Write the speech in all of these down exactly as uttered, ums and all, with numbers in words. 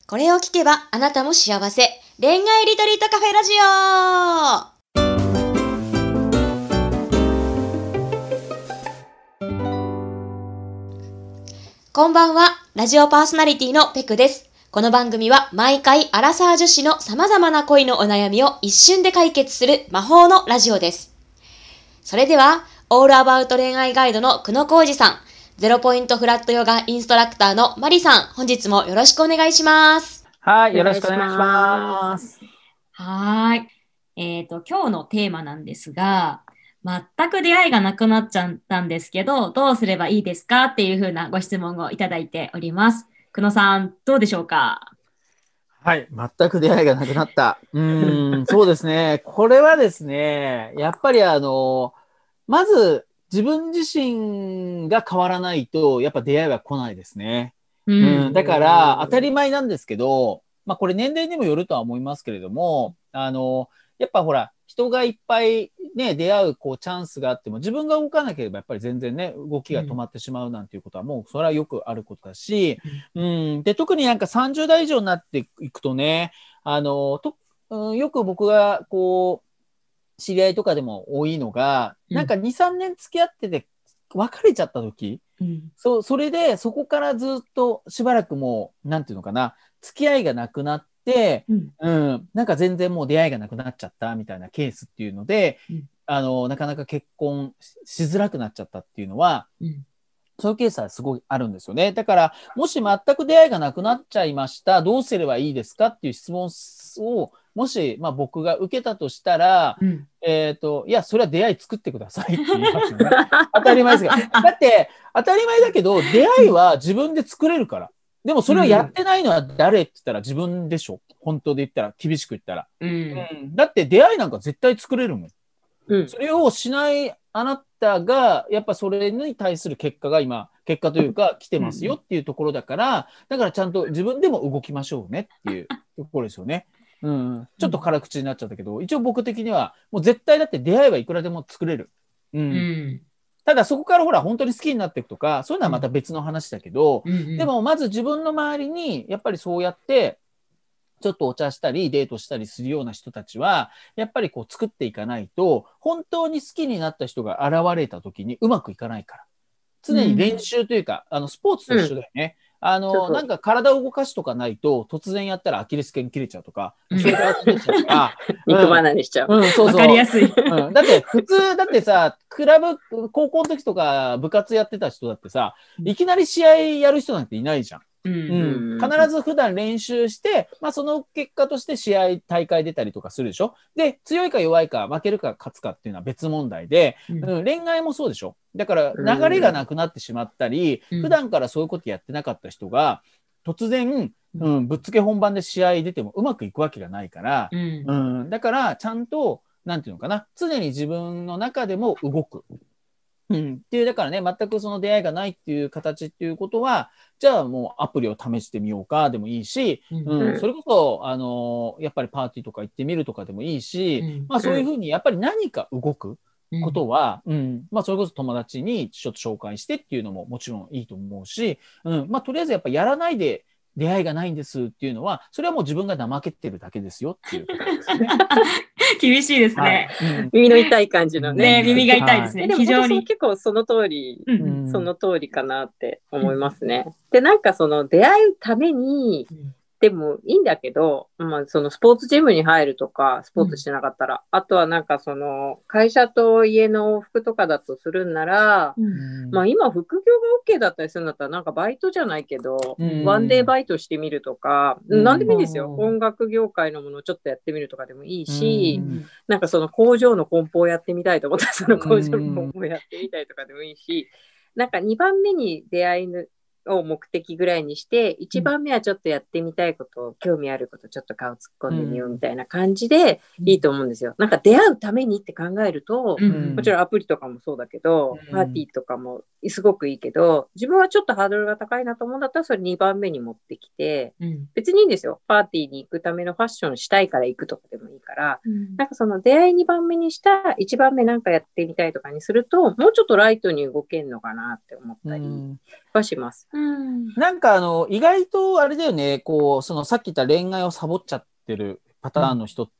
これを聞けばあなたも幸せ。恋愛リトリートカフェラジオ。こんばんは。ラジオパーソナリティのペクです。この番組は毎回アラサー女子の様々な恋のお悩みを一瞬で解決する魔法のラジオです。それでは、オールアバウト恋愛ガイドの久野浩二さん、ゼロポイントフラットヨガインストラクターのマリさん、本日もよろしくお願いします。 はい、よろしくお願いします。 はい。えっと、今日のテーマなんですが、全く出会いがなくなっちゃったんですけど、どうすればいいですかっていうふうなご質問をいただいております。久野さん、どうでしょうか？ はい、全く出会いがなくなった。うーん、そうですね。これはですね、やっぱりあの、まず自分自身が変わらないと、やっぱ出会いは来ないですね。 ううん、 ん。 だから当たり前なんですけど、まあこれ年齢にもよるとは思いますけれども、あの、やっぱほら、人がいっぱいね、出会うこうチャンスがあっても、自分が動かなければやっぱり全然ね、動きが止まってしまうなんていうことはもうそれはよくあることだし、うん、で、特になんかさんじゅう代以上になっていくとね、あの、と、うん、よく僕がこう、知り合いとかでも多いのが、なんかに、さんねん付き合ってて別れちゃった時、 うん。 そう、それで、そこからずっとしばらくもう、なんていうのかな、付き合いがなくなって、 うん。 うん、なんか全然もう出会いがなくなっちゃったみたいなケースっていうので、 うん。 あの、なかなか結婚しづらくなっちゃったっていうのは、 うん。 そういうケースはすごいあるんですよね。だから、もし全く出会いがなくなっちゃいました、どうすればいいですかっていう質問を、もし、まあ、僕が受けたとしたら、 うん。 えっと、いや、それは出会い作ってくださいって言いますよね。当たり前ですが。だって、当たり前だけど、出会いは自分で作れるから。でもそれをやってないのは誰って言ったら自分でしょ。本当で言ったら、厳しく言ったら。 うん。 うん、だって出会いなんか絶対作れるもん。 うん。 それをしないあなたが、やっぱそれに対する結果が今、結果というか来てますよっていうところだから、だからちゃんと自分でも動きましょうねっていうところですよね。うん。ちょっと辛口になっちゃったけど、一応僕的には、もう絶対だって出会いはいくらでも作れる。う。 うんん。 ただそこからほら、本当に好きになっていくとか、そういうのはまた別の話だけど、 うん。 でもまず自分の周りに、やっぱりそうやって、ちょっとお茶したりデートしたりするような人たちは、やっぱりこう作っていかないと、本当に好きになった人が現れた時にうまくいかないから。常に練習というか、あの、スポーツと一緒だよね。あの、なんか体を動かしとかないと、突然やったらアキレス腱切れちゃうとか、 うんそういう形になっちゃうから、 肉離れしちゃう。 うん、そうそう。 わかりやすい。 うん、だって普通、だってさ、クラブ、高校の時とか部活やってた人だってさ、いきなり試合やる人なんていないじゃん。 う。 うんん、必ず普段練習して、まあその結果として試合、大会出たりとかするでしょ。で、強いか弱いか、負けるか勝つかっていうのは別問題で、 うん。 うん、恋愛もそうでしょ。だから流れがなくなってしまったり、 うん。 普段からそういうことやってなかった人が、突然、うん、ぶっつけ本番で試合出てもうまくいくわけがないから、 うん。 うん、だからちゃんと、なんていうのかな、常に自分の中でも動く。うん、っていう、だからね、全くその出会いがないっていう形っていうことは、じゃあもうアプリを試してみようかでもいいし、 うん。 うん、それこそ、あのーやっぱりパーティーとか行ってみるとかでもいいし、 うん。 まあそういうふうにやっぱり何か動くうん。 ことは、うん、まあそれこそ友達にちょっと紹介してっていうのももちろんいいと思うし、うん、まあとりあえずやっぱやらないで出会いがないんですっていうのは、それはもう自分が怠けてるだけですよっていうことですね。 厳しいですはい。 ね。 うん耳の痛い感じのね。 ね、耳が痛いですね。 えでも非常に。 本当そう結構その通り、 う。 うんんその通りかなって思いますね。で、なんかその出会うために、 うんでもいいんだけど、まあ、そのスポーツジムに入るとか、スポーツしてなかったら、あとはなんかその会社と家の往復とかだとするんなら、 うんまあ今副業が OK だったりするんだったらなんかバイトじゃないけど、 うんワンデーバイトしてみるとか、 うん何でもいいですよ。 うん音楽業界のものをちょっとやってみるとかでもいいし、 うんなんかその工場の梱包をやってみたいと思ったらその工場の梱包をやってみたいとかでもいいし、なんかにばんめに出会いのを目的ぐらいにして、いちばんめはちょっとやってみたいこと、興味あることちょっと顔突っ込んでみようみたいな感じでいいと思うんですよ。なんか出会うためにって考えると、 うんもちろんアプリとかもそうだけど、 うんパーティーとかもすごくいいけど、自分はちょっとハードルが高いなと思うんだったらそれにばんめに持ってきて、 うん別にいいんですよ。パーティーに行くためのファッションしたいから行くとかでもいいから、 うんなんかその出会いにばんめにしたいちばんめなんかやってみたいとかにすると、もうちょっとライトに動けんのかなって思ったり、 うんはします。 うん。 なんかあの、意外とあれだよね、こう、そのさっき言った恋愛をサボっちゃってるパターンの人って、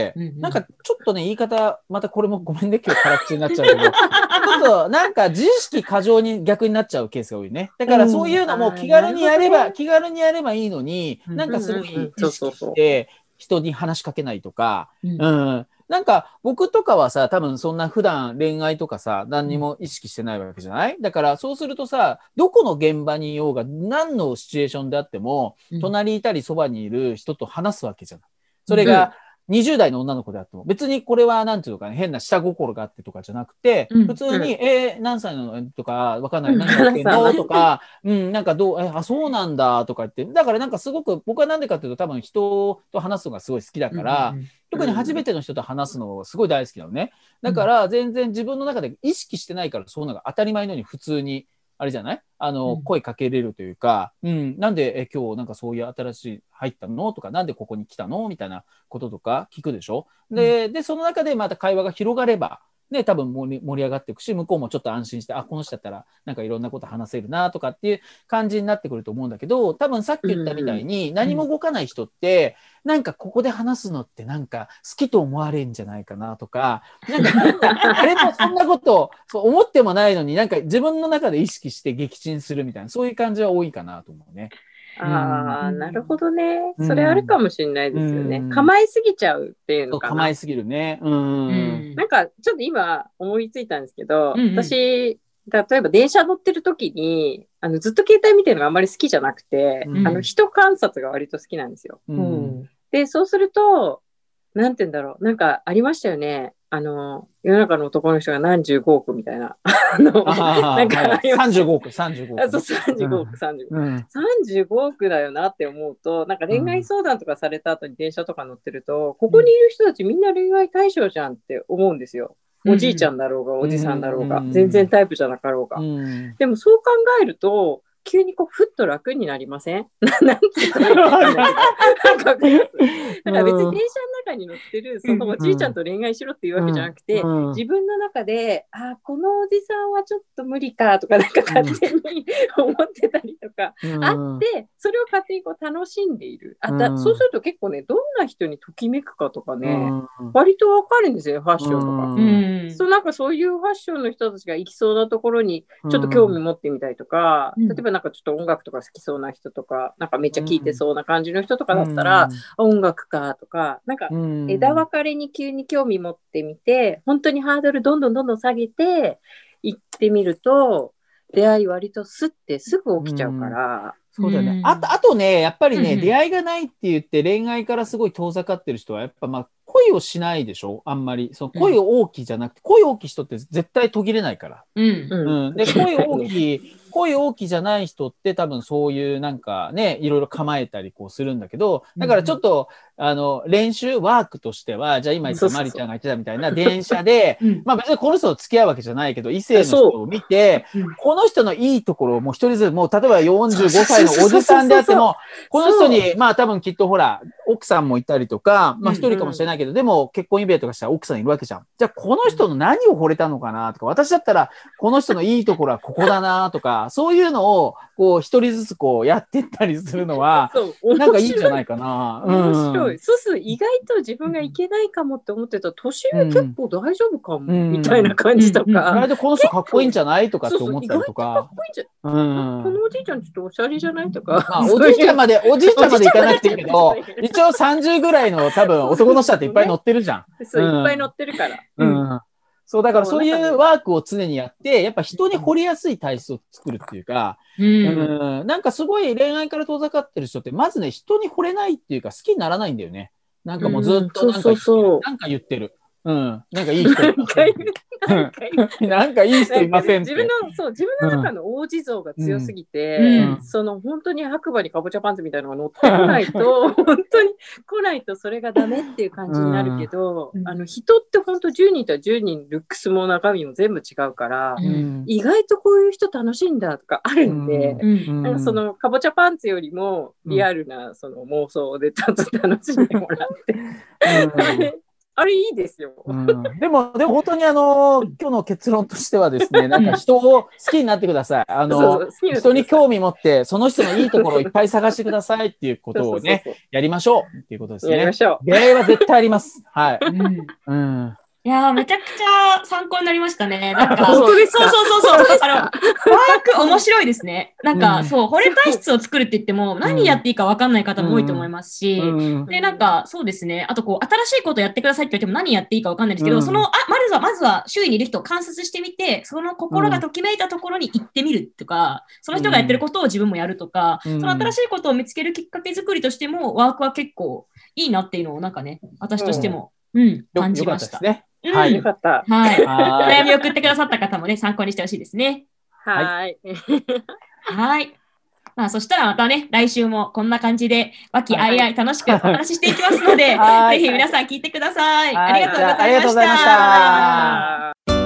うんうんうんなんかちょっとね、言い方、またこれもごめんね、今日辛口になっちゃうけど、ちょっとなんか自意識過剰に逆になっちゃうケースが多いね。だからそういうのも気軽にやれば、 うんあーなるほどね気軽にやればいいのに、 うんなんかすごいうんうんうん意識そうそうそうして人に話しかけないとか、 うんうん。なんか僕とかはさ、多分そんな普段恋愛とかさ、何にも意識してないわけじゃない？だからそうするとさ、どこの現場にいようが、何のシチュエーションであっても、 うん隣にいたりそばにいる人と話すわけじゃない。それがにじゅう代の女の子であっても、別にこれはなんていうのかね、変な下心があってとかじゃなくて、 うん普通に、 うんえー何歳なのとか、わかんない、 うん何やってんの何歳とか、うん、なんかどう、え、あ、そうなんだとか言って、だからなんかすごく、僕はなんでかっていうと多分人と話すのがすごい好きだから、 うんうん特に初めての人と話すのすごい大好きなのね。だから全然自分の中で意識してないからそういうのが当たり前のように普通に、あれじゃないあの、 うん声かけれるというか、うん、なんでえ今日なんかそういう新しい入ったのとか、なんでここに来たのみたいなこととか聞くでしょ。で、で、その中でまた会話が広がれば、ね、多分盛り盛り上がっていくし、向こうもちょっと安心して、あ、この人だったらなんかいろんなこと話せるなとかっていう感じになってくると思うんだけど、多分さっき言ったみたいに何も動かない人って、なんかここで話すのってなんか好きと思われるんじゃないかなとか、なんか誰もそんなことそう思ってもないのになんか自分の中で意識して撃沈するみたいな、そういう感じは多いかなと思うね。 ああ、 うんなるほどね。 うんそれあるかもしれないですよね。 うん構えすぎちゃうっていうそうのかな。 構えすぎるね。うん。 うんなんか、ちょっと今思いついたんですけど、 うんうん私、例えば電車乗ってる時に、あのずっと携帯見てるのがあんまり好きじゃなくて、 うんあの人観察が割と好きなんですよ。 うんで、そうすると、なんて言うんだろう。なんかありましたよね。あの、世の中の男の人が何十五億みたいな。あの、 あなんかありましたさんじゅうごおく、さんじゅうごおく。 あそうさんじゅうごおく、さんじゅうごおく。 うん。 さんじゅうごおくだよなって思うと、なんか恋愛相談とかされた後に電車とか乗ってると、ここにいる人たちみんな恋愛対象じゃんって思うんですよ。おじいちゃんだろうが、おじさんだろうが、 うん全然タイプじゃなかろうが。 うんでもそう考えると、急にこう、ふっと楽になりませんなんて言ったらいいかわかんないけどなんかわかりますだから別に電車の中に乗ってる、そのおじいちゃんと恋愛しろっていうわけじゃなくて、 うん自分の中で、あ、このおじさんはちょっと無理かとか、なんか勝手に思ってたりとか、あってそれを勝手にこう楽しんでいるあだ、 うんそうすると結構ねどんな人にときめくかとかね、 うん割とわかるんですよファッションとか、 うんうんそうなんかそういうファッションの人たちが行きそうなところにちょっと興味持ってみたりとか、 うん例えばなんかちょっと音楽とか好きそうな人とかなんかめっちゃ聴いてそうな感じの人とかだったら、あ音楽かとかなんかうん枝分かれに急に興味持ってみて本当にハードルどんどんどんどん下げて行ってみると出会い割とスッてすぐ起きちゃうから、 そうだよね。 うんあと、あとね、やっぱりね、 うんうん出会いがないって言って恋愛からすごい遠ざかってる人は、やっぱまあ、恋をしないでしょあんまり。その恋を大きいじゃなくて、恋大きい人って絶対途切れないから。 うんうん。で、恋大きい、恋大きいじゃない人って多分そういうなんかね、いろいろ構えたりこうするんだけど、だからちょっと、あの、練習、ワークとしては、じゃあ今言ったマリちゃんが言ってたみたいな電車で、 うんまあ別にこの人と付き合うわけじゃないけど、異性の人を見て、 うんこの人のいいところをもう一人ずつ、もう例えばよんじゅうごさいのおじさんであっても、この人に、まあ多分きっとほら、奥さんもいたりとか、まあ一人かもしれないけど、でも結婚指輪とかしたら奥さんいるわけじゃん。じゃあこの人の何を惚れたのかなとか、私だったらこの人のいいところはここだなとか、そういうのをこう一人ずつこうやってったりするのは、 そうなんかいいんじゃないかな。 面白い。 うんそうすると意外と自分がいけないかもって思ってた年上結構大丈夫かも、 うんみたいな感じとうんか。 あれでこの人かっこいいんじゃないとかって思ったりとか。 かっこいいんじゃうんこのおじいちゃんちょっとおしゃれじゃないとか。 まあ、おじいちゃんまで、おじいちゃんまで行かなくていいけど、一応さんじゅうぐらいの多分男の人だっていっぱい乗ってるじゃん。 そう、 うんいっぱい乗ってるから。 うん。そう、だからそういそうなんかねうワークを常にやって、やっぱ人に惚れやすい体質を作るっていうか、 ううんん、なんかすごい恋愛から遠ざかってる人って、まずね、人に惚れないっていうか好きにならないんだよね。なんかもうずっとなんか、 そうそうそうなんか言ってる。うん。なんかいい人いません。 なんかなんかいい人いませんって。 自分のそう自分の中の王子像が強すぎて、 うんその本当に白馬にかぼちゃパンツみたいなのが乗ってこないと本当に来ないとそれがダメっていう感じになるけど、 うんあの人って本当じゅうにんいたらじゅうにんルックスも中身も全部違うから、 うんうん意外とこういう人楽しいんだとかあるんで、 うんなんかそのかぼちゃパンツよりもリアルなその妄想でちょっと楽しんでもらって、 あれいいですよ。 うん、でも、でも本当にあの、今日の結論としてはですね、なんか人を好きになってください。あの、人に興味持って、その人のいいところをいっぱい探してくださいっていうことをね、やりましょうっていうことですね。 やりましょう。 出会いは絶対あります。はい。 うんうんいやー、めちゃくちゃ参考になりましたね。なんか、 本当ですか？ そうそうそうそう。あの、ワーク面白いですね。なんか、 うんそう、惚れ体質を作るって言っても、何やっていいか分かんない方も多いと思いますし、 うんで、なんか、そうですね。あと、こう、新しいことやってくださいって言っても何やっていいか分かんないですけど、 うんその、あ、まずは、まずは周囲にいる人を観察してみて、その心がときめいたところに行ってみるとか、その人がやってることを自分もやるとか、 うんその新しいことを見つけるきっかけ作りとしても、ワークは結構いいなっていうのを、なんかね、私としても、うん、 よ感じよかました。 ったですね。 うんはいよかった。 はい。 は悩みを送ってくださった方もね、参考にしてほしいですね。 はーい。 はい。まあ、そしたらまたね、来週もこんな感じで、和気あいあい楽しくお話ししていきますので、 はいぜひ皆さん聞いてください。 はいありがとうございました。 ありがとうございました。